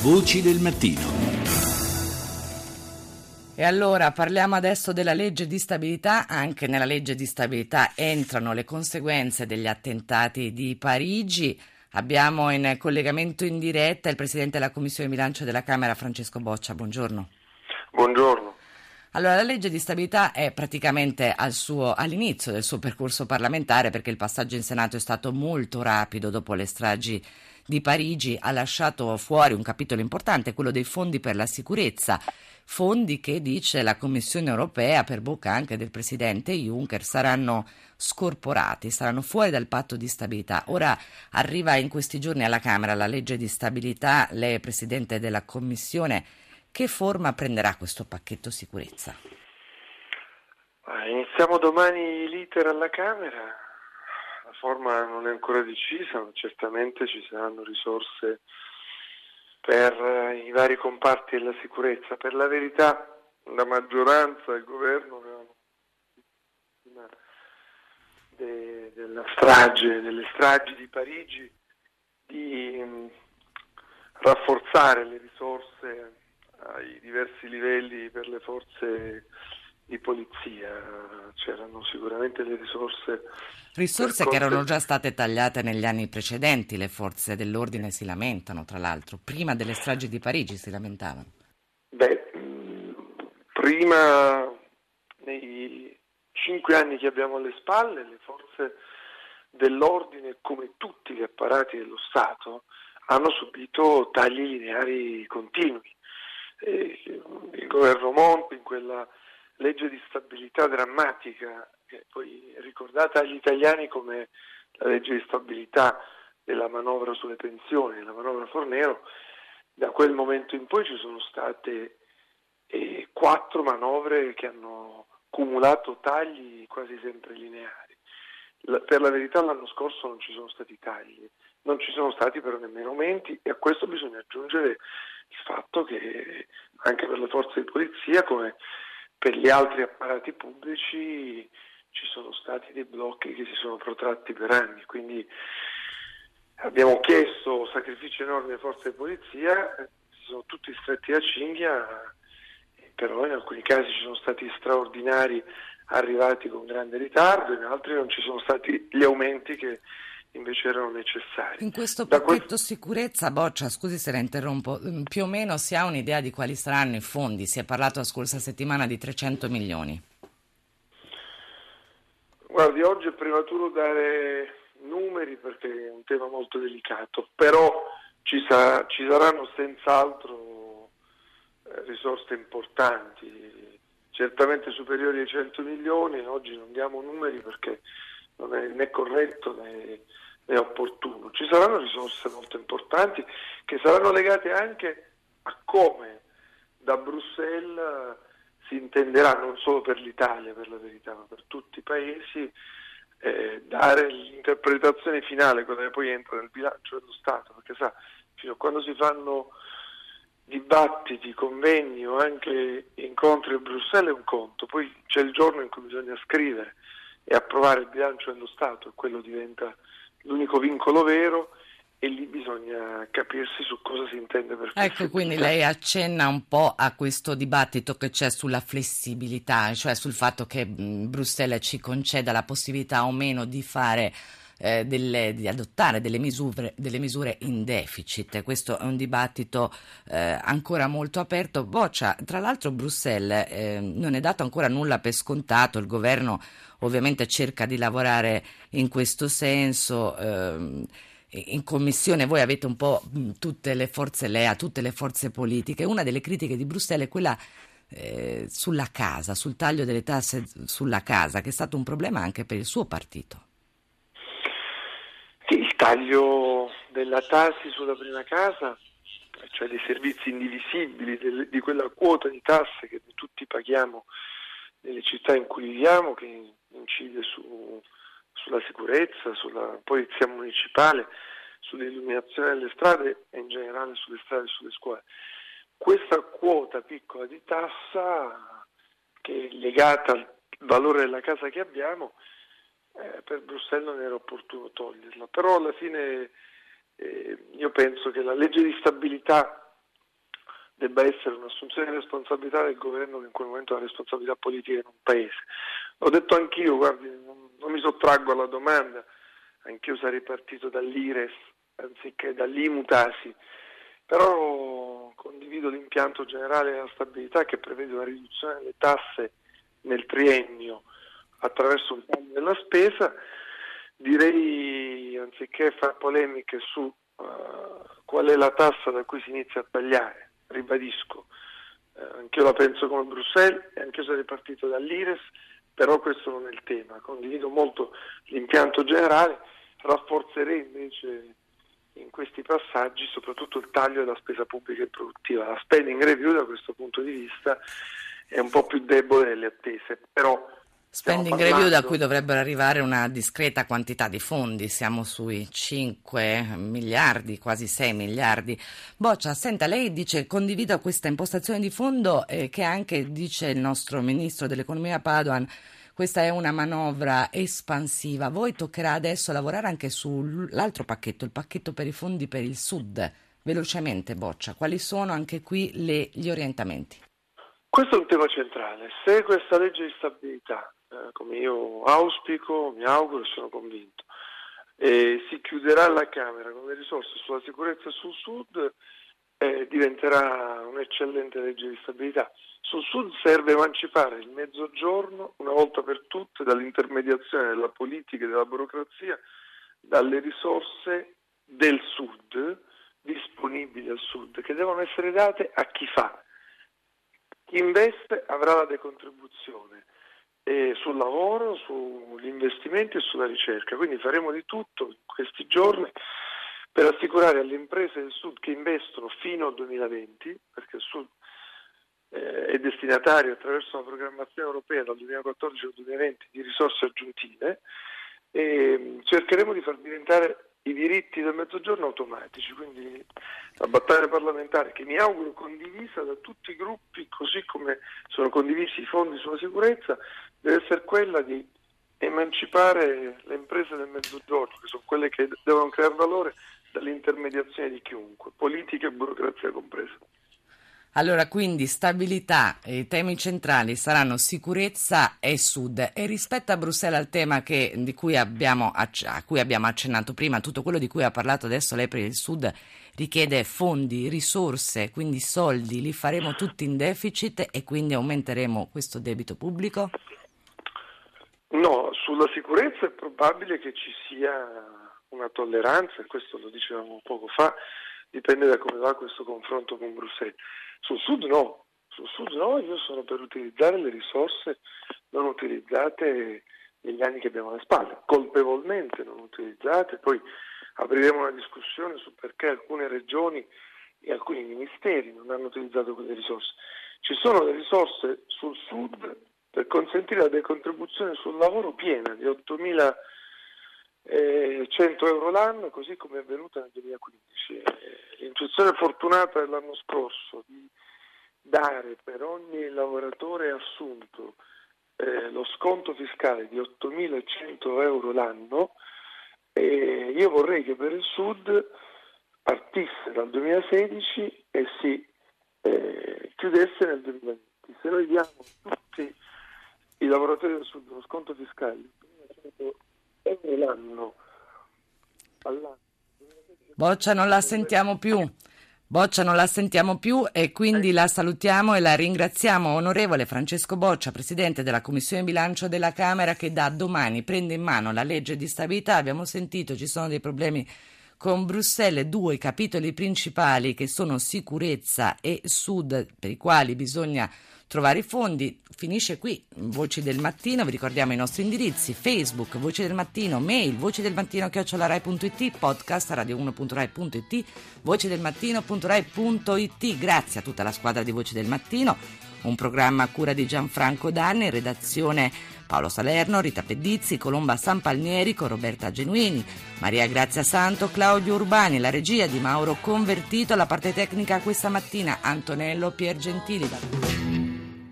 Voci del mattino. E allora parliamo adesso della legge di stabilità. Anche nella legge di stabilità entrano le conseguenze degli attentati di Parigi. Abbiamo in collegamento in diretta il Presidente della Commissione Bilancio della Camera, Francesco Boccia. Buongiorno. Buongiorno. Allora, la legge di stabilità è praticamente all'inizio del suo percorso parlamentare, perché il passaggio in Senato è stato molto rapido dopo le stragi di Parigi. Ha lasciato fuori un capitolo importante, quello dei fondi per la sicurezza, fondi che, dice la Commissione europea, per bocca anche del Presidente Juncker, saranno scorporati, saranno fuori dal patto di stabilità. Ora arriva in questi giorni alla Camera la legge di stabilità. Lei è Presidente della Commissione. Che forma prenderà questo pacchetto sicurezza? Iniziamo domani l'iter alla Camera, la forma non è ancora decisa, ma certamente ci saranno risorse per i vari comparti della sicurezza. Per la verità la maggioranza e il governo avevano delle stragi di Parigi, di rafforzare le risorse ai diversi livelli per le forze di polizia. C'erano sicuramente le risorse che erano già state tagliate negli anni precedenti. Le forze dell'ordine si lamentano, tra l'altro, prima delle stragi di Parigi si lamentavano. Prima, nei 5 anni che abbiamo alle spalle, le forze dell'ordine, come tutti gli apparati dello Stato, hanno subito tagli lineari continui. Il governo Monti, in quella legge di stabilità drammatica, che poi è ricordata agli italiani come la legge di stabilità della manovra sulle pensioni, della manovra Fornero, da quel momento in poi ci sono state 4 manovre che hanno cumulato tagli quasi sempre lineari. Per la verità l'anno scorso non ci sono stati tagli, non ci sono stati però nemmeno aumenti, e a questo bisogna aggiungere il fatto che anche per le forze di polizia, come per gli altri apparati pubblici, ci sono stati dei blocchi che si sono protratti per anni. Quindi abbiamo chiesto sacrifici enormi alle forze di polizia, si sono tutti stretti la cinghia, però in alcuni casi ci sono stati straordinari arrivati con grande ritardo, in altri non ci sono stati gli aumenti che invece erano necessari. In questo pacchetto sicurezza, Boccia, scusi se la interrompo, più o meno si ha un'idea di quali saranno i fondi? Si è parlato la scorsa settimana di 300 milioni. Guardi, oggi è prematuro dare numeri perché è un tema molto delicato, però ci saranno senz'altro risorse importanti, certamente superiori ai 100 milioni. Oggi non diamo numeri perché non è né corretto né opportuno. Ci saranno risorse molto importanti che saranno legate anche a come da Bruxelles si intenderà, non solo per l'Italia per la verità, ma per tutti i paesi, dare l'interpretazione finale, quella che poi entra nel bilancio dello Stato, perché sa, fino a quando si fanno dibattiti, convegni o anche incontri a Bruxelles è un conto, poi c'è il giorno in cui bisogna scrivere e approvare il bilancio dello Stato, e quello diventa l'unico vincolo vero, e lì bisogna capirsi su cosa si intende per flessibilità. Ecco, quindi lei accenna un po' a questo dibattito che c'è sulla flessibilità, cioè sul fatto che Bruxelles ci conceda la possibilità o meno di fare di adottare delle misure in deficit. Questo è un dibattito ancora molto aperto. Boccia, tra l'altro Bruxelles non è dato ancora nulla per scontato, il governo ovviamente cerca di lavorare in questo senso. In commissione voi avete un po' tutte le forze, lei ha tutte le forze politiche. Una delle critiche di Bruxelles è quella sulla casa, sul taglio delle tasse sulla casa, che è stato un problema anche per il suo partito. Sì, il taglio della tassi sulla prima casa, cioè dei servizi indivisibili, di quella quota di tasse che tutti paghiamo nelle città in cui viviamo, che incide sulla sicurezza, sulla polizia municipale, sull'illuminazione delle strade e in generale sulle strade e sulle scuole. Questa quota piccola di tassa, che è legata al valore della casa che abbiamo, per Bruxelles non era opportuno toglierla, però alla fine io penso che la legge di stabilità debba essere un'assunzione di responsabilità del governo che in quel momento ha una responsabilità politica in un paese. L'ho detto anch'io, guardi, non mi sottraggo alla domanda, anch'io sarei partito dall'IRES anziché dall'IMU-TASI, però condivido l'impianto generale della stabilità che prevede una riduzione delle tasse nel triennio attraverso un taglio della spesa. Direi, anziché fare polemiche su qual è la tassa da cui si inizia a tagliare, ribadisco, anch'io la penso come Bruxelles e anch'io sarei partito dall'IRES, però questo non è il tema. Condivido molto l'impianto generale, rafforzerei invece in questi passaggi soprattutto il taglio della spesa pubblica e produttiva. La spending review da questo punto di vista è un po' più debole delle attese, però spending review da cui dovrebbero arrivare una discreta quantità di fondi, siamo sui 5 miliardi, quasi 6 miliardi. Boccia, senta, lei dice condivido questa impostazione di fondo che anche dice il nostro ministro dell'economia Padoan, questa è una manovra espansiva. Voi toccherà adesso lavorare anche sull'altro pacchetto, il pacchetto per i fondi per il Sud. Velocemente, Boccia, quali sono anche qui gli orientamenti? Questo è un tema centrale. Se questa legge di stabilità, come io auspico, mi auguro e sono convinto, si chiuderà alla Camera con le risorse sulla sicurezza e sul Sud, diventerà un'eccellente legge di stabilità. Sul Sud serve emancipare il Mezzogiorno una volta per tutte dall'intermediazione della politica e della burocrazia, dalle risorse del Sud, disponibili al Sud, che devono essere date a chi fa. Chi investe avrà la decontribuzione sul lavoro, sugli investimenti e sulla ricerca, quindi faremo di tutto in questi giorni per assicurare alle imprese del Sud che investono fino al 2020, perché il Sud è destinatario attraverso una programmazione europea dal 2014 al 2020 di risorse aggiuntive, e cercheremo di far diventare i diritti del Mezzogiorno automatici, quindi la battaglia parlamentare, che mi auguro condivisa da tutti i gruppi, così come sono condivisi i fondi sulla sicurezza, deve essere quella di emancipare le imprese del Mezzogiorno, che sono quelle che devono creare valore, dall'intermediazione di chiunque, politica e burocrazia compresa. Allora, quindi stabilità, i temi centrali saranno sicurezza e Sud. E rispetto a Bruxelles, al tema a cui abbiamo accennato prima, tutto quello di cui ha parlato adesso lei per il Sud richiede fondi, risorse, quindi soldi, li faremo tutti in deficit e quindi aumenteremo questo debito pubblico? No, sulla sicurezza è probabile che ci sia una tolleranza, e questo lo dicevamo poco fa, dipende da come va questo confronto con Bruxelles. Sul Sud no, io sono per utilizzare le risorse non utilizzate negli anni che abbiamo alle spalle, colpevolmente non utilizzate, poi apriremo una discussione su perché alcune regioni e alcuni ministeri non hanno utilizzato quelle risorse. Ci sono le risorse sul Sud per consentire la decontribuzione sul lavoro piena di 8.100 euro l'anno, così come è avvenuta nel 2015. L'intuizione fortunata dell'anno scorso di dare per ogni lavoratore assunto lo sconto fiscale di 8.100 euro l'anno, io vorrei che per il Sud partisse dal 2016 e si chiudesse nel 2020. Se noi diamo a tutti i lavoratori del Sud uno sconto fiscale di 8.100 euro l'anno all'anno, Boccia, non la sentiamo più e quindi la salutiamo e la ringraziamo. Onorevole Francesco Boccia, Presidente della Commissione Bilancio della Camera, che da domani prende in mano la legge di stabilità. Abbiamo sentito, ci sono dei problemi con Bruxelles, 2 capitoli principali che sono sicurezza e Sud, per i quali bisogna trovare i fondi. Finisce qui Voci del Mattino, vi ricordiamo i nostri indirizzi: Facebook, Voci del Mattino, mail, vocidelmattino@rai.it, podcast radio1.rai.it, vocidelmattino.rai.it. Grazie a tutta la squadra di Voci del Mattino, un programma a cura di Gianfranco Danni, redazione Paolo Salerno, Rita Pedizzi, Colomba Sampalnieri con Roberta Genuini, Maria Grazia Santo, Claudio Urbani, la regia di Mauro Convertito, la parte tecnica questa mattina Antonello Piergentili.